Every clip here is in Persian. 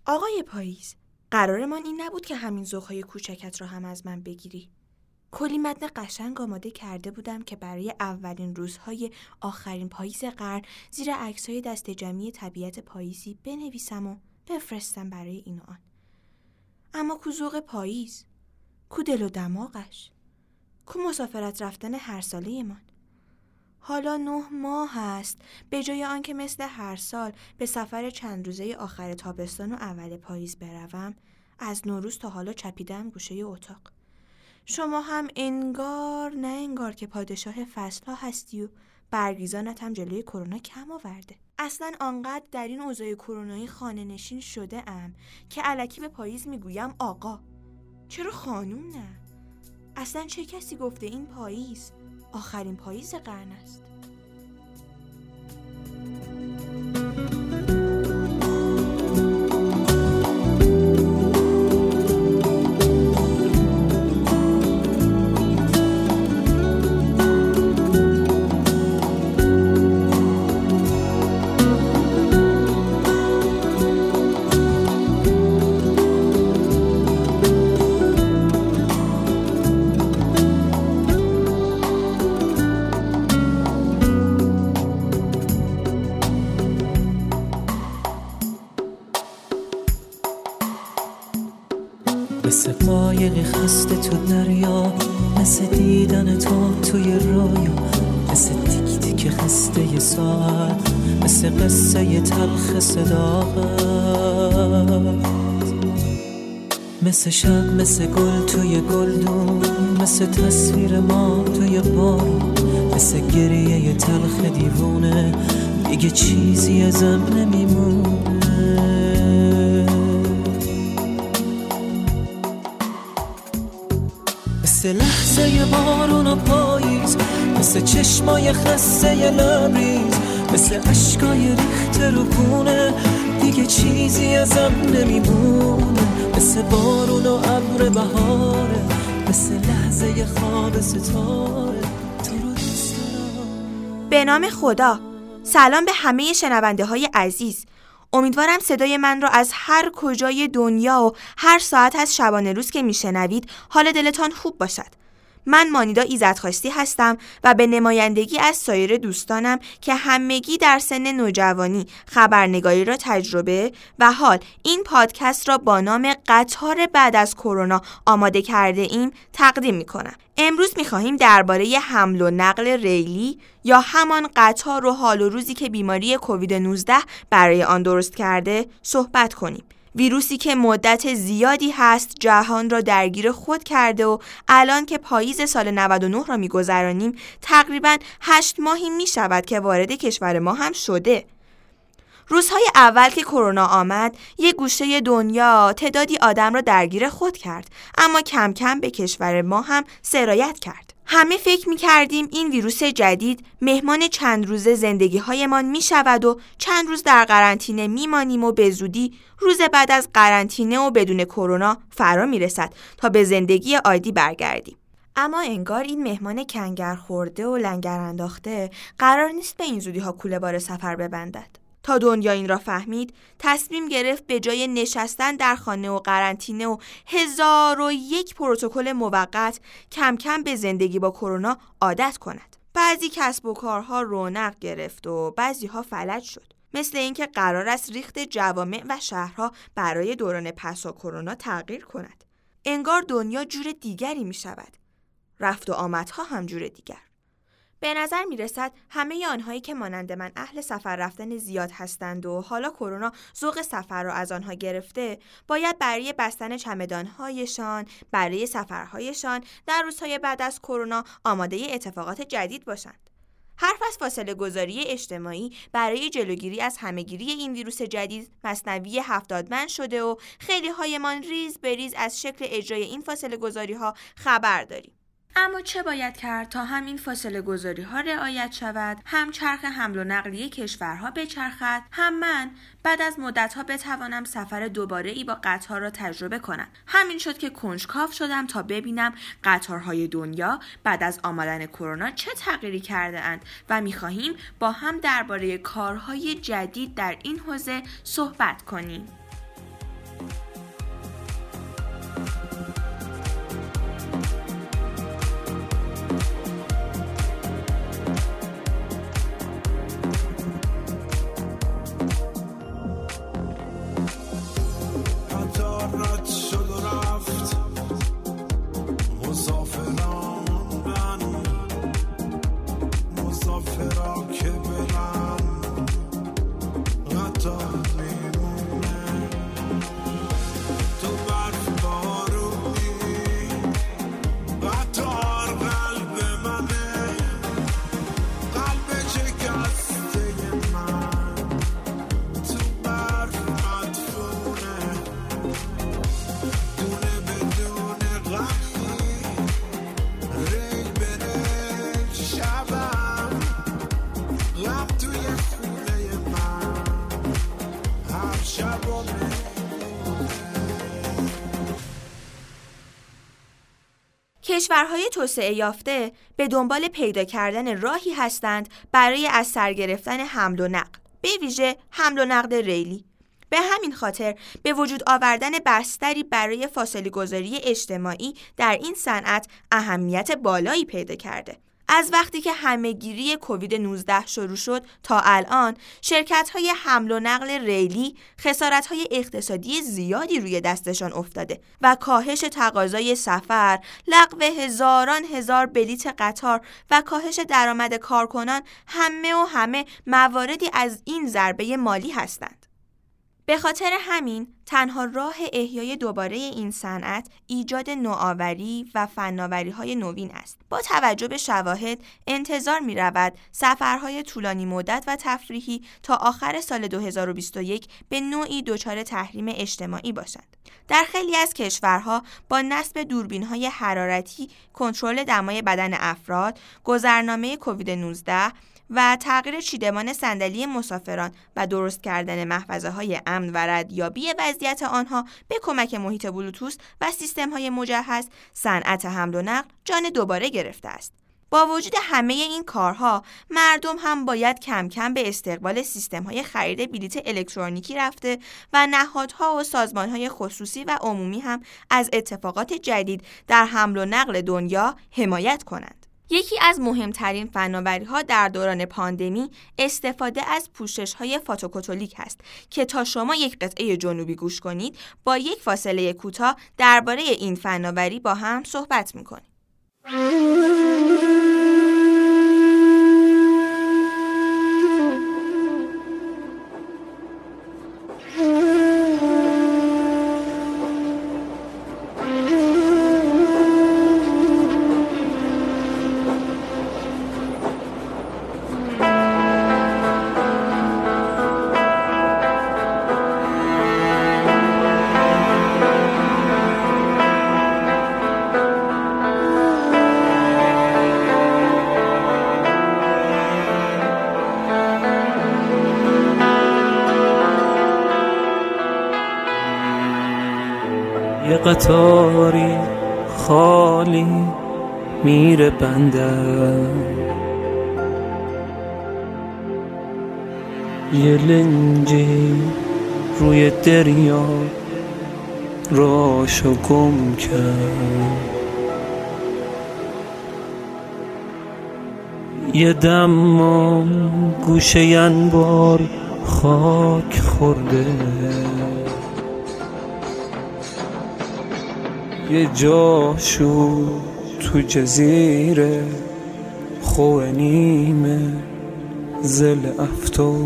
آقای پاییز، قرارمان این نبود که همین ذوق‌های کوچکت را هم از من بگیری. کلی متن قشنگ آماده کرده بودم که برای اولین روزهای آخرین پاییز قرن زیر عکس‌های دست جمعی طبیعت پاییزی بنویسم و بفرستم برای این و آن. اما کو ذوق پاییز؟ کو دل و دماغش؟ کو مسافرت رفتن هر ساله من؟ حالا 9 ماه است به جای آنکه مثل هر سال به سفر چند روزه آخر تابستان و اول پاییز بروم، از نوروز تا حالا چپیدم گوشه اتاق. شما هم انگار نه انگار که پادشاه فصل‌ها هستی و برگریزانت هم جلوی کرونا کم آورده. اصلاً آنقدر در این اوضاع کرونایی خانه نشین شده ام که الکی به پاییز میگویم آقا. چرا خانوم نه؟ اصلاً چه کسی گفته این پاییز آخرین پاییز قرن است؟ مثل قایقی خسته تو دریا، مثل دیدن تو توی رویا، مثل تیک تیک خسته ی ساعت، مثل قصه ی تلخ صداقت، مثل شب، مثل گل توی گلدون، مثل تصویر ما توی بارون، مثل گریه ی تلخ دیوونه، دیگه چیزی ازم نمیمونه. مثل لحظه ی بارون و پاییز، مثل چشمای خسته ی لبریز، مثل عشقای ریخته رو پونه، دیگه چیزی ازم نمیمونه. مثل بارون و ابر بهاره، مثل لحظه ی خواب ستاره، تو رو دوست دارم. به نام خدا. سلام به همه شنونده های عزیز. امیدوارم صدای من را از هر کجای دنیا و هر ساعت از شبانه روز که میشنوید حال دلتان خوب باشد. من مانیدا ایزدخواستی هستم و به نمایندگی از سایر دوستانم که همگی در سن نوجوانی خبرنگاری را تجربه و حال این پادکست را با نام قطار بعد از کرونا آماده کرده ایم تقدیم میکنم. امروز میخواهیم درباره حمل و نقل ریلی یا همان قطار و حال و روزی که بیماری کووید 19 برای آن درست کرده صحبت کنیم. ویروسی که مدت زیادی هست جهان را درگیر خود کرده و الان که پاییز سال 99 را می‌گذرانیم تقریباً 8 ماهی می‌شود که وارد کشور ما هم شده. روزهای اول که کرونا آمد یک گوشه دنیا تعدادی آدم را درگیر خود کرد، اما کم کم به کشور ما هم سرایت کرد. همه فکر می‌کردیم این ویروس جدید مهمان چند روزه زندگی‌هایمان می‌شود و چند روز در قرنطینه می‌مانیم و به زودی روز بعد از قرنطینه و بدون کرونا فرا می‌رسد تا به زندگی عادی برگردیم. اما انگار این مهمان کنگر خورده و لنگر انداخته قرار نیست به این زودی‌ها کوله بار سفر ببندد. تا دنیا این را فهمید تصمیم گرفت به جای نشستن در خانه و قرنطینه و 1001 پروتکل موقت کم کم به زندگی با کرونا عادت کند. بعضی کسب و کارها رونق گرفت و بعضیها فلج شد. مثل اینکه قرار است ریخت جوامع و شهرها برای دوران پسا کرونا تغییر کند. انگار دنیا جور دیگری می شود. رفت و آمدها هم جور دیگر. به نظر می رسد همه آنهایی که مانند من اهل سفر رفتن زیاد هستند و حالا کرونا ذوق سفر را از آنها گرفته، باید برای بستن چمدانهایشان برای سفرهایشان در روزهای بعد از کرونا آماده اتفاقات جدید باشند. حرف از فاصله گذاری اجتماعی برای جلوگیری از همهگیری این ویروس جدید مثنوی 70 من شده و خیلی هایمان ریز به ریز از شکل اجرای این فاصله گذاری ها خبر داریم. اما چه باید کرد تا هم این فاصله گذاری ها رعایت شود، هم چرخ حمل و نقلیه کشورها بچرخد، هم من بعد از مدت ها بتوانم سفر دوباره ای با قطار را تجربه کنم. همین شد که کنجکاو شدم تا ببینم قطارهای دنیا بعد از آمدن کرونا چه تغییری کرده اند و می‌خواهیم با هم درباره کارهای جدید در این حوزه صحبت کنیم. کشورهای توسعه یافته به دنبال پیدا کردن راهی هستند برای از سر گرفتن حمل و نقل، به ویژه حمل و نقل ریلی. به همین خاطر به وجود آوردن بستری برای فاصله گذاری اجتماعی در این صنعت اهمیت بالایی پیدا کرده. از وقتی که همه‌گیری کووید 19 شروع شد تا الان، شرکت‌های حمل و نقل ریلی خسارت‌های اقتصادی زیادی روی دستشان افتاده و کاهش تقاضای سفر، لغو هزاران هزار بلیت قطار و کاهش درآمد کارکنان همه مواردی از این ضربه مالی هستند. به خاطر همین تنها راه احیای دوباره این صنعت ایجاد نوآوری و فناوری‌های نوین است. با توجه به شواهد انتظار می‌رود سفرهای طولانی مدت و تفریحی تا آخر سال 2021 به نوعی دچار تحریم اجتماعی باشند. در خیلی از کشورها با نصب دوربین‌های حرارتی، کنترل دمای بدن افراد، گذرنامه کووید 19 و تغییر چیدمان صندلی مسافران و درست کردن محفظه‌های امن و ردیابی وضعیت آنها به کمک محیط بلوتوث و سیستم‌های مجهز، صنعت حمل و نقل جان دوباره گرفته است. با وجود همه این کارها، مردم هم باید کم کم به استقبال سیستم‌های خرید بلیت الکترونیکی رفته و نهادها و سازمان‌های خصوصی و عمومی هم از اتفاقات جدید در حمل و نقل دنیا حمایت کنند. یکی از مهمترین فناوری‌ها در دوران پاندمی استفاده از پوشش‌های فوتوکاتولیک است که تا شما یک قطعه جنوبی گوش کنید با یک فاصله کوتاه درباره این فناوری با هم صحبت می‌کنیم. یه قطاری خالی میره بندر، یه لنجی روی دریا راشو گم کرد، یه دمام گوشه انبار خاک خورده، یه جاشو تو جزیره خوه نیمه زل افتو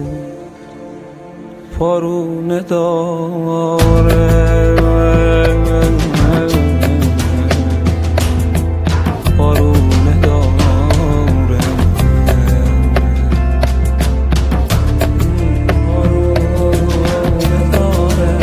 پارونه داره، پارونه داره، پارونه داره.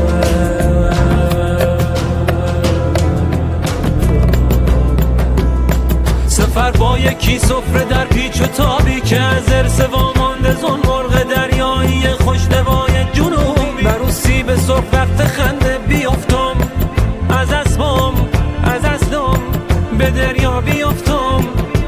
سفر با یکی سفره در پیچ و تابی که از ارث وامانده زون مرغ دریایی خوشنوای جنوبی، برو سیب سرخ وقت خنده بیافتم از اسبام از اصلم به دریا بیافتم،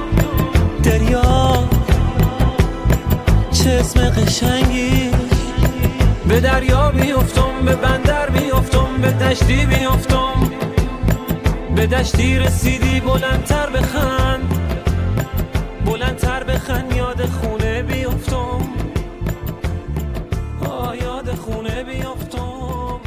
دریا چه اسم قشنگی، به دریا بیافتم، به بندر بیافتم، به دشتی بیافتم، به دشتی رسیدی بلندتر بخند یاد خونه بیافتم یاد خونه بیافتم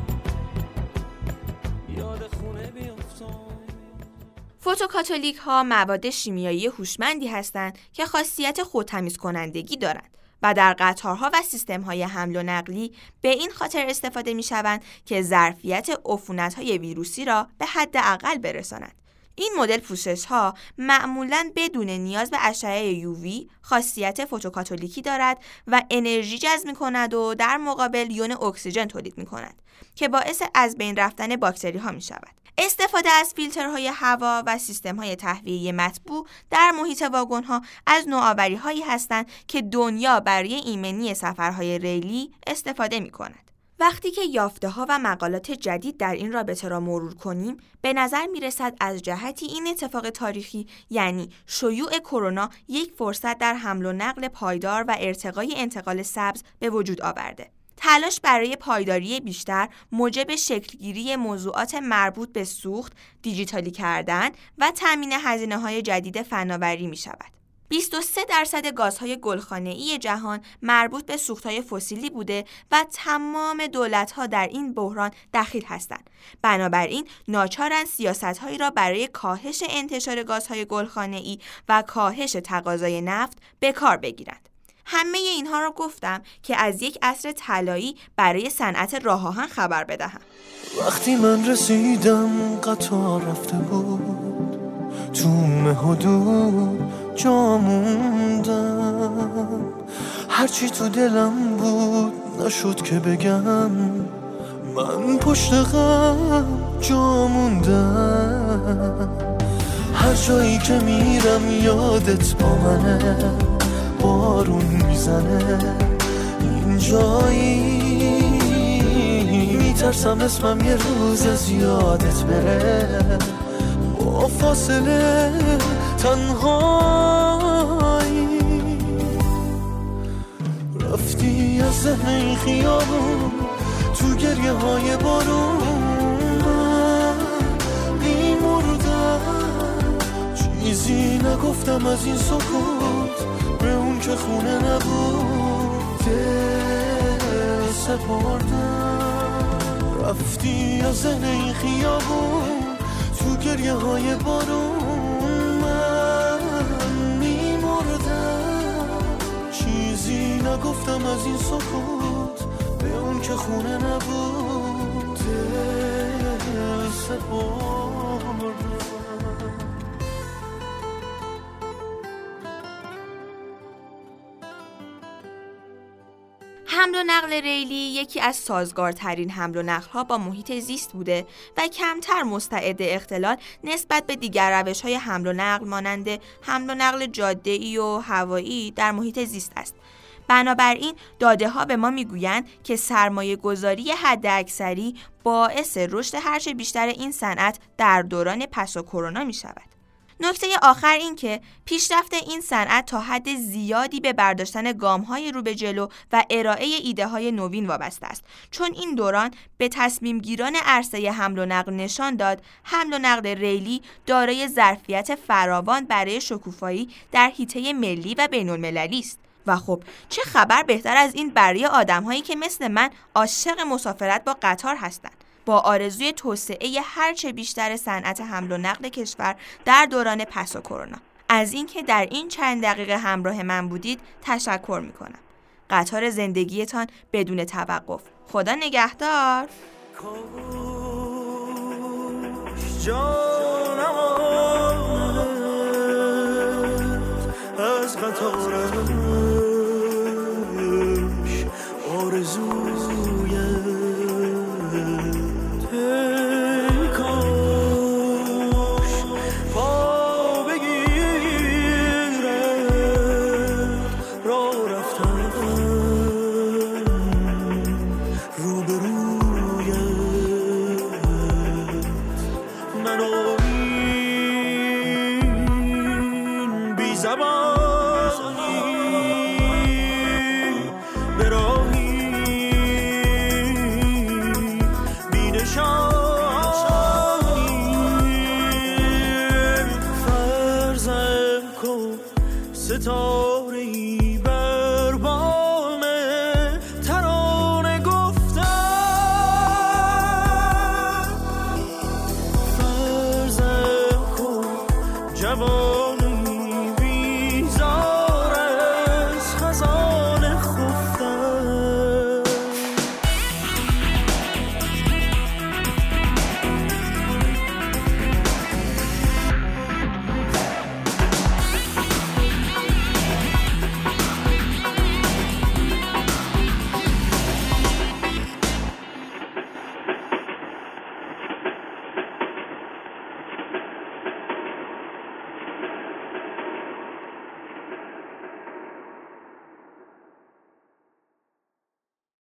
فوتوکاتالیک ها مواد شیمیایی هوشمندی هستند که خاصیت خودتمیز کنندگی دارند و در قطارها و سیستم‌های حمل و نقلی به این خاطر استفاده می‌شوند که ظرفیت عفونت‌های ویروسی را به حد اقل برسانند. این مدل پوشش‌ها معمولاً بدون نیاز به اشعه یووی خاصیت فوتوکاتالیکی دارد و انرژی جذب می‌کند و در مقابل یون اکسیژن تولید می‌کند که باعث از بین رفتن باکتری‌ها می‌شود. استفاده از فیلترهای هوا و سیستم‌های تهویه مطبوع در محیط واگن‌ها از نوآوری‌هایی هستند که دنیا برای ایمنی سفرهای ریلی استفاده می‌کند. وقتی که یافته‌ها و مقالات جدید در این رابطه را مرور کنیم، به نظر می‌رسد از جهتی این اتفاق تاریخی، یعنی شیوع کرونا، یک فرصت در حمل و نقل پایدار و ارتقای انتقال سبز به وجود آورده. تلاش برای پایداری بیشتر موجب شکلگیری موضوعات مربوط به سوخت، دیجیتالی کردن و تامین هزینه‌های جدید فناوری می‌شود. 23% گازهای گلخانه‌ای جهان مربوط به سوخت‌های فسیلی بوده و تمام دولت‌ها در این بحران دخیل هستند. بنابراین ناچارند سیاست‌هایی را برای کاهش انتشار گازهای گلخانه‌ای و کاهش تقاضای نفت به کار بگیرند. همه اینها را گفتم که از یک عصر طلایی برای صنعت راه آهن خبر بدهم. وقتی من رسیدم قطار رفته بود، تو حدود جا موندم، هرچی تو دلم بود نشد که بگم، من پشت غم جا موندم. هر جایی که میرم یادت با منه، بارون میزنه اینجایی، میترسم اسمم یه روز از یادت بره، با فاصله تنهایی. رفتی از ذهن این خیابون تو گریه های بارون، من میمردم، چیزی نگفتم از این سکوت به اون که خونه نبود، دل سپردم. رفتی از ذهن این خیابون تو گریه های بارون، من میمردم، چیزی نگفتم از این سکوت به اون که خونه نبود، دل سپردم. حمل و نقل ریلی یکی از سازگارترین حمل و نقل‌ها با محیط زیست بوده و کمتر مستعد اختلال نسبت به دیگر روش‌های حمل و نقل مانند حمل و نقل جاده‌ای و هوایی در محیط زیست است. بنابراین داده‌ها به ما می‌گویند که سرمایه‌گذاری حداکثری باعث رشد هرچه بیشتر این صنعت در دوران پس از کرونا می‌شود. نکته آخر این که پیشرفت این صنعت تا حد زیادی به برداشتن گام‌های رو به جلو و ارائه ایده‌های نوین وابسته است، چون این دوران به تصمیم گیران عرصه حمل و نقل نشان داد حمل و نقل ریلی دارای ظرفیت فراوان برای شکوفایی در حیطه ملی و بین‌المللی است. و خب چه خبر بهتر از این برای آدم‌هایی که مثل من عاشق مسافرت با قطار هستند، با آرزوی توسعه هرچه بیشتر صنعت حمل و نقل کشور در دوران پس از کرونا. از اینکه در این چند دقیقه همراه من بودید تشکر می‌کنم. قطار زندگیتان بدون توقف. خدا نگهدار.